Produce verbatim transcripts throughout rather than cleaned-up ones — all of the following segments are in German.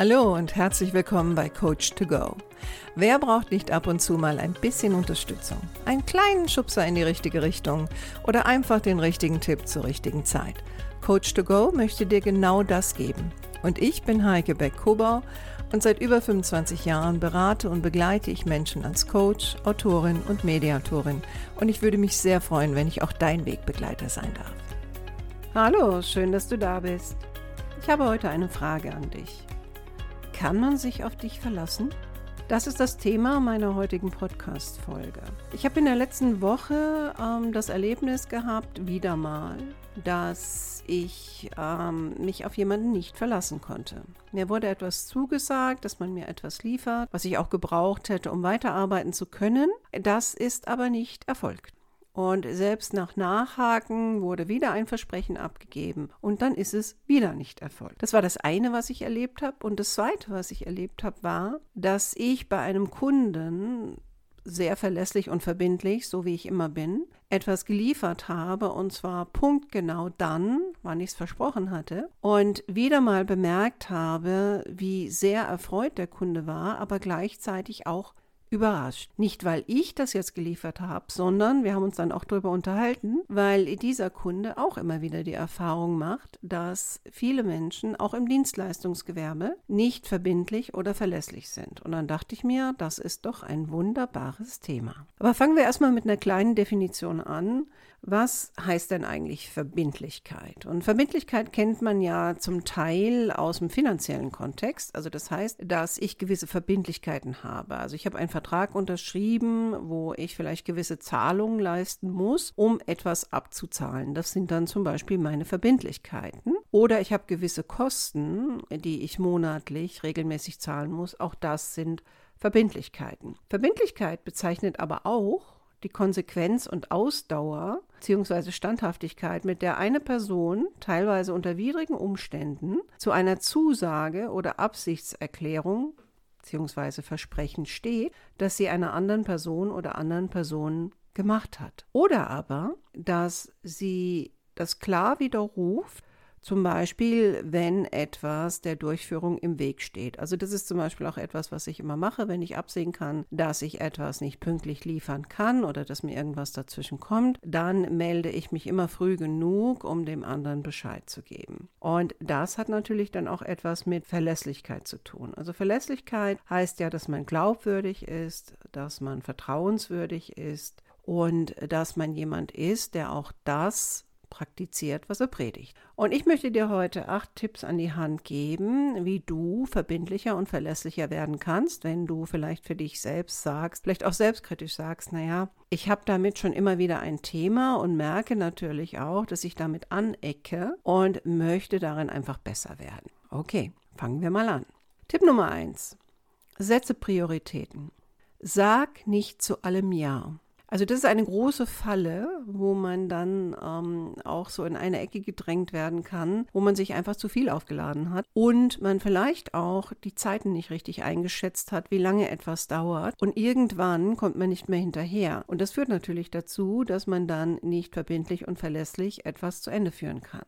Hallo und herzlich willkommen bei Coach to Go. Wer braucht nicht ab und zu mal ein bisschen Unterstützung? Einen kleinen Schubser in die richtige Richtung oder einfach den richtigen Tipp zur richtigen Zeit? Coach to Go möchte dir genau das geben. Und ich bin Heike Beck-Kobau und seit über fünfundzwanzig Jahren berate und begleite ich Menschen als Coach, Autorin und Mediatorin. Und ich würde mich sehr freuen, wenn ich auch dein Wegbegleiter sein darf. Hallo, schön, dass du da bist. Ich habe heute eine Frage an dich. Kann man sich auf dich verlassen? Das ist das Thema meiner heutigen Podcast-Folge. Ich habe in der letzten Woche ähm, das Erlebnis gehabt, wieder mal, dass ich ähm, mich auf jemanden nicht verlassen konnte. Mir wurde etwas zugesagt, dass man mir etwas liefert, was ich auch gebraucht hätte, um weiterarbeiten zu können. Das ist aber nicht erfolgt. Und selbst nach Nachhaken wurde wieder ein Versprechen abgegeben und dann ist es wieder nicht erfolgt. Das war das eine, was ich erlebt habe. Und das zweite, was ich erlebt habe, war, dass ich bei einem Kunden sehr verlässlich und verbindlich, so wie ich immer bin, etwas geliefert habe und zwar punktgenau dann, wann ich es versprochen hatte und wieder mal bemerkt habe, wie sehr erfreut der Kunde war, aber gleichzeitig auch überrascht. Nicht, weil ich das jetzt geliefert habe, sondern wir haben uns dann auch darüber unterhalten, weil dieser Kunde auch immer wieder die Erfahrung macht, dass viele Menschen auch im Dienstleistungsgewerbe nicht verbindlich oder verlässlich sind. Und dann dachte ich mir, das ist doch ein wunderbares Thema. Aber fangen wir erstmal mit einer kleinen Definition an. Was heißt denn eigentlich Verbindlichkeit? Und Verbindlichkeit kennt man ja zum Teil aus dem finanziellen Kontext. Also das heißt, dass ich gewisse Verbindlichkeiten habe. Also ich habe einen Vertrag unterschrieben, wo ich vielleicht gewisse Zahlungen leisten muss, um etwas abzuzahlen. Das sind dann zum Beispiel meine Verbindlichkeiten. Oder ich habe gewisse Kosten, die ich monatlich regelmäßig zahlen muss. Auch das sind Verbindlichkeiten. Verbindlichkeit bezeichnet aber auch die Konsequenz und Ausdauer bzw. Standhaftigkeit, mit der eine Person teilweise unter widrigen Umständen zu einer Zusage oder Absichtserklärung bzw. Versprechen steht, das sie einer anderen Person oder anderen Personen gemacht hat. Oder aber, dass sie das klar widerruft, zum Beispiel, wenn etwas der Durchführung im Weg steht. Also das ist zum Beispiel auch etwas, was ich immer mache, wenn ich absehen kann, dass ich etwas nicht pünktlich liefern kann oder dass mir irgendwas dazwischen kommt, dann melde ich mich immer früh genug, um dem anderen Bescheid zu geben. Und das hat natürlich dann auch etwas mit Verlässlichkeit zu tun. Also Verlässlichkeit heißt ja, dass man glaubwürdig ist, dass man vertrauenswürdig ist und dass man jemand ist, der auch das praktiziert, was er predigt. Und ich möchte dir heute acht Tipps an die Hand geben, wie du verbindlicher und verlässlicher werden kannst, wenn du vielleicht für dich selbst sagst, vielleicht auch selbstkritisch sagst, naja, ich habe damit schon immer wieder ein Thema und merke natürlich auch, dass ich damit anecke und möchte darin einfach besser werden. Okay, fangen wir mal an. Tipp Nummer eins. Setze Prioritäten. Sag nicht zu allem Ja. Also das ist eine große Falle, wo man dann ähm, auch so in eine Ecke gedrängt werden kann, wo man sich einfach zu viel aufgeladen hat und man vielleicht auch die Zeiten nicht richtig eingeschätzt hat, wie lange etwas dauert und irgendwann kommt man nicht mehr hinterher. Und das führt natürlich dazu, dass man dann nicht verbindlich und verlässlich etwas zu Ende führen kann.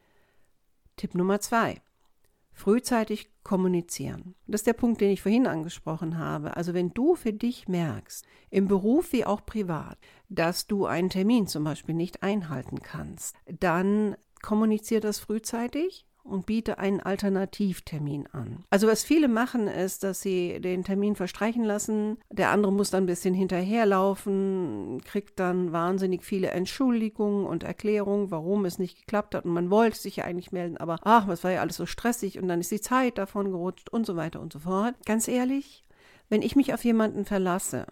Tipp Nummer zwei. Frühzeitig kommunizieren. Das ist der Punkt, den ich vorhin angesprochen habe. Also wenn du für dich merkst, im Beruf wie auch privat, dass du einen Termin zum Beispiel nicht einhalten kannst, dann kommuniziere das frühzeitig und biete einen Alternativtermin an. Also was viele machen ist, dass sie den Termin verstreichen lassen, der andere muss dann ein bisschen hinterherlaufen, kriegt dann wahnsinnig viele Entschuldigungen und Erklärungen, warum es nicht geklappt hat und man wollte sich ja eigentlich melden, aber ach, was war ja alles so stressig und dann ist die Zeit davon gerutscht und so weiter und so fort. Ganz ehrlich, wenn ich mich auf jemanden verlasse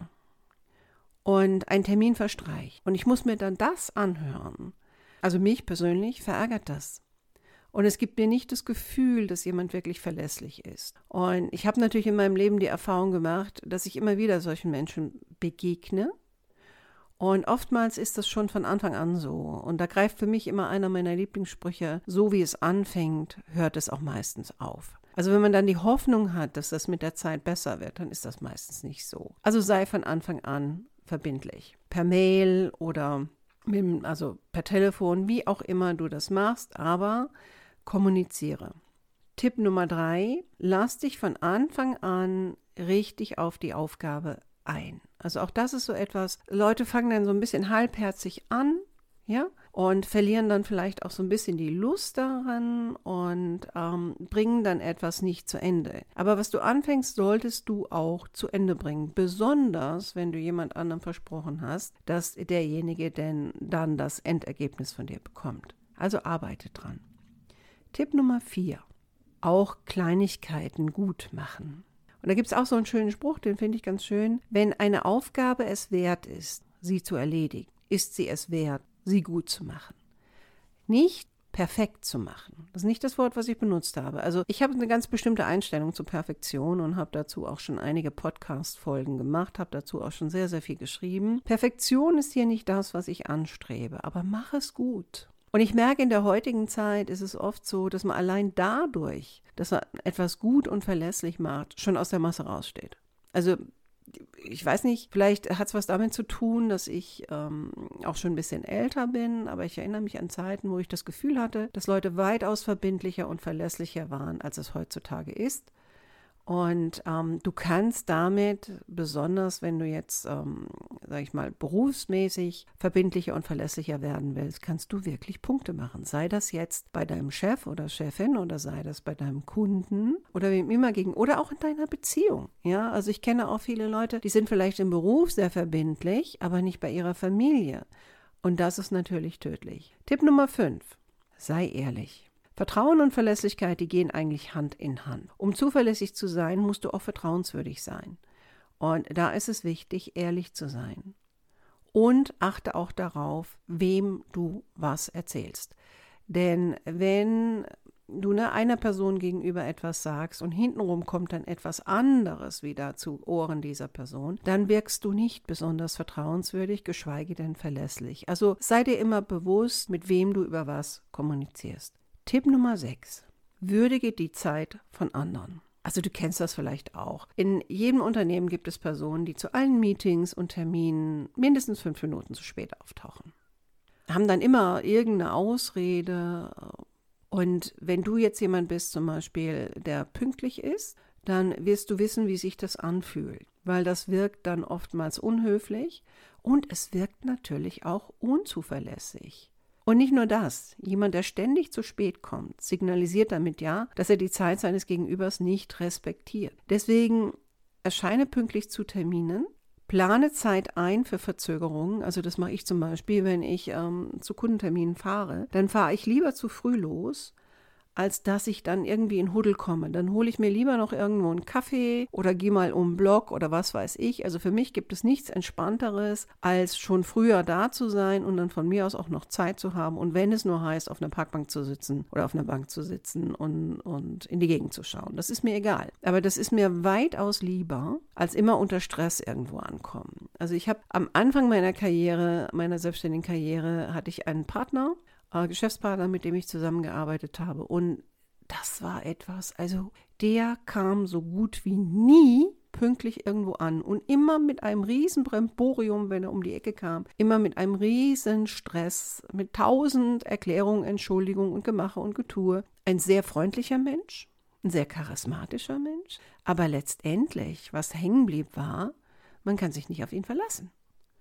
und einen Termin verstreiche und ich muss mir dann das anhören, also mich persönlich verärgert das. Und es gibt mir nicht das Gefühl, dass jemand wirklich verlässlich ist. Und ich habe natürlich in meinem Leben die Erfahrung gemacht, dass ich immer wieder solchen Menschen begegne. Und oftmals ist das schon von Anfang an so. Und da greift für mich immer einer meiner Lieblingssprüche, so wie es anfängt, hört es auch meistens auf. Also wenn man dann die Hoffnung hat, dass das mit der Zeit besser wird, dann ist das meistens nicht so. Also sei von Anfang an verbindlich. Per Mail oder mit, also per Telefon, wie auch immer du das machst, aber kommuniziere. Tipp Nummer drei, lass dich von Anfang an richtig auf die Aufgabe ein. Also auch das ist so etwas, Leute fangen dann so ein bisschen halbherzig an, ja, und verlieren dann vielleicht auch so ein bisschen die Lust daran und ähm, bringen dann etwas nicht zu Ende. Aber was du anfängst, solltest du auch zu Ende bringen. Besonders, wenn du jemand anderem versprochen hast, dass derjenige denn dann das Endergebnis von dir bekommt. Also arbeite dran. Tipp Nummer vier. Auch Kleinigkeiten gut machen. Und da gibt es auch so einen schönen Spruch, den finde ich ganz schön. Wenn eine Aufgabe es wert ist, sie zu erledigen, ist sie es wert, sie gut zu machen. Nicht perfekt zu machen. Das ist nicht das Wort, was ich benutzt habe. Also ich habe eine ganz bestimmte Einstellung zur Perfektion und habe dazu auch schon einige Podcast-Folgen gemacht, habe dazu auch schon sehr, sehr viel geschrieben. Perfektion ist hier nicht das, was ich anstrebe, aber mach es gut. Und ich merke, in der heutigen Zeit ist es oft so, dass man allein dadurch, dass man etwas gut und verlässlich macht, schon aus der Masse raussteht. Also ich weiß nicht, vielleicht hat es was damit zu tun, dass ich ähm, auch schon ein bisschen älter bin, aber ich erinnere mich an Zeiten, wo ich das Gefühl hatte, dass Leute weitaus verbindlicher und verlässlicher waren, als es heutzutage ist. Und ähm, du kannst damit, besonders wenn du jetzt, ähm, sag ich mal, berufsmäßig verbindlicher und verlässlicher werden willst, kannst du wirklich Punkte machen. Sei das jetzt bei deinem Chef oder Chefin oder sei das bei deinem Kunden oder wem immer gegen oder auch in deiner Beziehung. Ja, also ich kenne auch viele Leute, die sind vielleicht im Beruf sehr verbindlich, aber nicht bei ihrer Familie. Und das ist natürlich tödlich. Tipp Nummer fünf. Sei ehrlich. Vertrauen und Verlässlichkeit, die gehen eigentlich Hand in Hand. Um zuverlässig zu sein, musst du auch vertrauenswürdig sein. Und da ist es wichtig, ehrlich zu sein. Und achte auch darauf, wem du was erzählst. Denn wenn du ne, einer Person gegenüber etwas sagst und hintenrum kommt dann etwas anderes wieder zu Ohren dieser Person, dann wirkst du nicht besonders vertrauenswürdig, geschweige denn verlässlich. Also sei dir immer bewusst, mit wem du über was kommunizierst. Tipp Nummer sechs. Würdige die Zeit von anderen. Also du kennst das vielleicht auch. In jedem Unternehmen gibt es Personen, die zu allen Meetings und Terminen mindestens fünf Minuten zu spät auftauchen. Haben dann immer irgendeine Ausrede. Und wenn du jetzt jemand bist zum Beispiel, der pünktlich ist, dann wirst du wissen, wie sich das anfühlt. Weil das wirkt dann oftmals unhöflich und es wirkt natürlich auch unzuverlässig. Und nicht nur das, jemand, der ständig zu spät kommt, signalisiert damit ja, dass er die Zeit seines Gegenübers nicht respektiert. Deswegen erscheine pünktlich zu Terminen, plane Zeit ein für Verzögerungen. Also das mache ich zum Beispiel, wenn ich ähm, zu Kundenterminen fahre, dann fahre ich lieber zu früh los, als dass ich dann irgendwie in Huddel komme. Dann hole ich mir lieber noch irgendwo einen Kaffee oder gehe mal um den Block oder was weiß ich. Also für mich gibt es nichts Entspannteres, als schon früher da zu sein und dann von mir aus auch noch Zeit zu haben. Und wenn es nur heißt, auf einer Parkbank zu sitzen oder auf einer Bank zu sitzen und, und in die Gegend zu schauen. Das ist mir egal. Aber das ist mir weitaus lieber, als immer unter Stress irgendwo ankommen. Also ich habe am Anfang meiner Karriere, meiner selbstständigen Karriere, hatte ich einen Partner, Geschäftspartner, mit dem ich zusammengearbeitet habe. Und das war etwas, also der kam so gut wie nie pünktlich irgendwo an und immer mit einem riesen Bremborium, wenn er um die Ecke kam, immer mit einem riesen Stress, mit tausend Erklärungen, Entschuldigungen und Gemache und Getue. Ein sehr freundlicher Mensch, ein sehr charismatischer Mensch, aber letztendlich, was hängen blieb, war, man kann sich nicht auf ihn verlassen.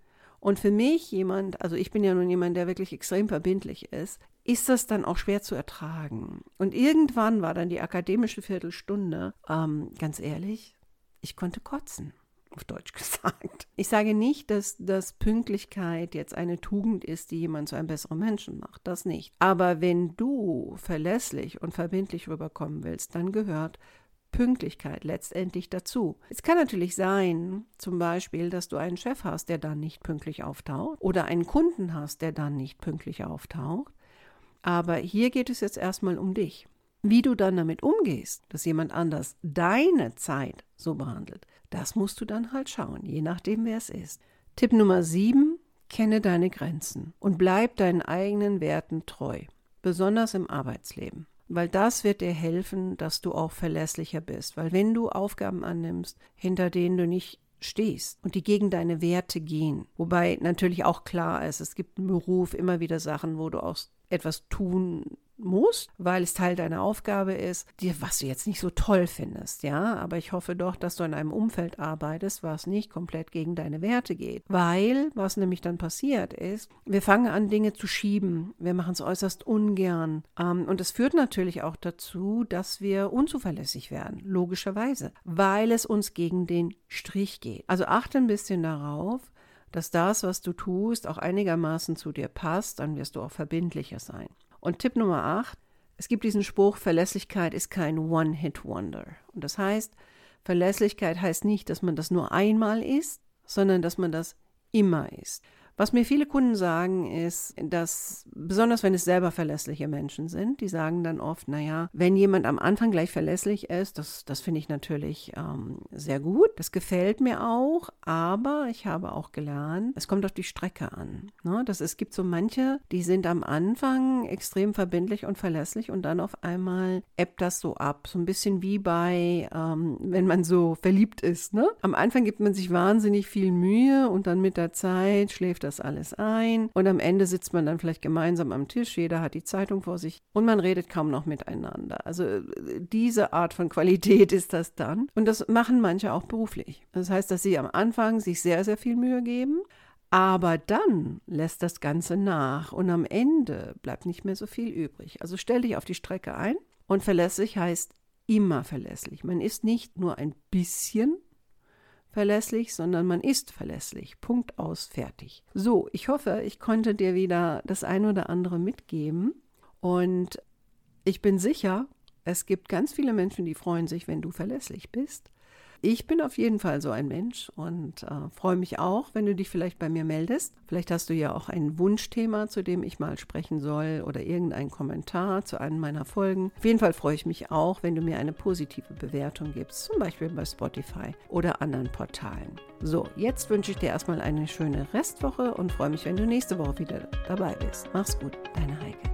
Und für mich jemand, also ich bin ja nun jemand, der wirklich extrem verbindlich ist, ist das dann auch schwer zu ertragen. Und irgendwann war dann die akademische Viertelstunde, ähm, ganz ehrlich, ich konnte kotzen, auf Deutsch gesagt. Ich sage nicht, dass, dass Pünktlichkeit jetzt eine Tugend ist, die jemand zu einem besseren Menschen macht, das nicht. Aber wenn du verlässlich und verbindlich rüberkommen willst, dann gehört Pünktlichkeit letztendlich dazu. Es kann natürlich sein, zum Beispiel, dass du einen Chef hast, der dann nicht pünktlich auftaucht oder einen Kunden hast, der dann nicht pünktlich auftaucht. Aber hier geht es jetzt erstmal um dich. Wie du dann damit umgehst, dass jemand anders deine Zeit so behandelt, das musst du dann halt schauen, je nachdem, wer es ist. Tipp Nummer sieben, kenne deine Grenzen und bleib deinen eigenen Werten treu, besonders im Arbeitsleben. Weil das wird dir helfen, dass du auch verlässlicher bist. Weil wenn du Aufgaben annimmst, hinter denen du nicht stehst und die gegen deine Werte gehen, wobei natürlich auch klar ist, es gibt im Beruf immer wieder Sachen, wo du auch etwas tun musst, weil es Teil deiner Aufgabe ist, dir, was du jetzt nicht so toll findest, ja, aber ich hoffe doch, dass du in einem Umfeld arbeitest, was nicht komplett gegen deine Werte geht, weil, was nämlich dann passiert ist, wir fangen an, Dinge zu schieben, wir machen es äußerst ungern ähm, und es führt natürlich auch dazu, dass wir unzuverlässig werden, logischerweise, weil es uns gegen den Strich geht. Also achte ein bisschen darauf, dass das, was du tust, auch einigermaßen zu dir passt, dann wirst du auch verbindlicher sein. Und Tipp Nummer acht, es gibt diesen Spruch, Verlässlichkeit ist kein One-Hit-Wonder. Und das heißt, Verlässlichkeit heißt nicht, dass man das nur einmal ist, sondern dass man das immer ist. Was mir viele Kunden sagen, ist, dass, besonders wenn es selber verlässliche Menschen sind, die sagen dann oft, naja, wenn jemand am Anfang gleich verlässlich ist, das, das finde ich natürlich ähm, sehr gut, das gefällt mir auch, aber ich habe auch gelernt, es kommt auf die Strecke an. Ne? Das, es gibt so manche, die sind am Anfang extrem verbindlich und verlässlich und dann auf einmal ebbt das so ab, so ein bisschen wie bei, ähm, wenn man so verliebt ist. Ne? Am Anfang gibt man sich wahnsinnig viel Mühe und dann mit der Zeit schläft das alles ein und am Ende sitzt man dann vielleicht gemeinsam am Tisch, jeder hat die Zeitung vor sich und man redet kaum noch miteinander. Also diese Art von Qualität ist das dann und das machen manche auch beruflich. Das heißt, dass sie am Anfang sich sehr, sehr viel Mühe geben, aber dann lässt das Ganze nach und am Ende bleibt nicht mehr so viel übrig. Also stell dich auf die Strecke ein und verlässlich heißt immer verlässlich. Man ist nicht nur ein bisschen verlässlich, sondern man ist verlässlich. Punkt aus, fertig. So, ich hoffe, ich konnte dir wieder das ein oder andere mitgeben und ich bin sicher, es gibt ganz viele Menschen, die freuen sich, wenn du verlässlich bist. Ich bin auf jeden Fall so ein Mensch und äh, freue mich auch, wenn du dich vielleicht bei mir meldest. Vielleicht hast du ja auch ein Wunschthema, zu dem ich mal sprechen soll oder irgendeinen Kommentar zu einem meiner Folgen. Auf jeden Fall freue ich mich auch, wenn du mir eine positive Bewertung gibst, zum Beispiel bei Spotify oder anderen Portalen. So, jetzt wünsche ich dir erstmal eine schöne Restwoche und freue mich, wenn du nächste Woche wieder dabei bist. Mach's gut, deine Heike.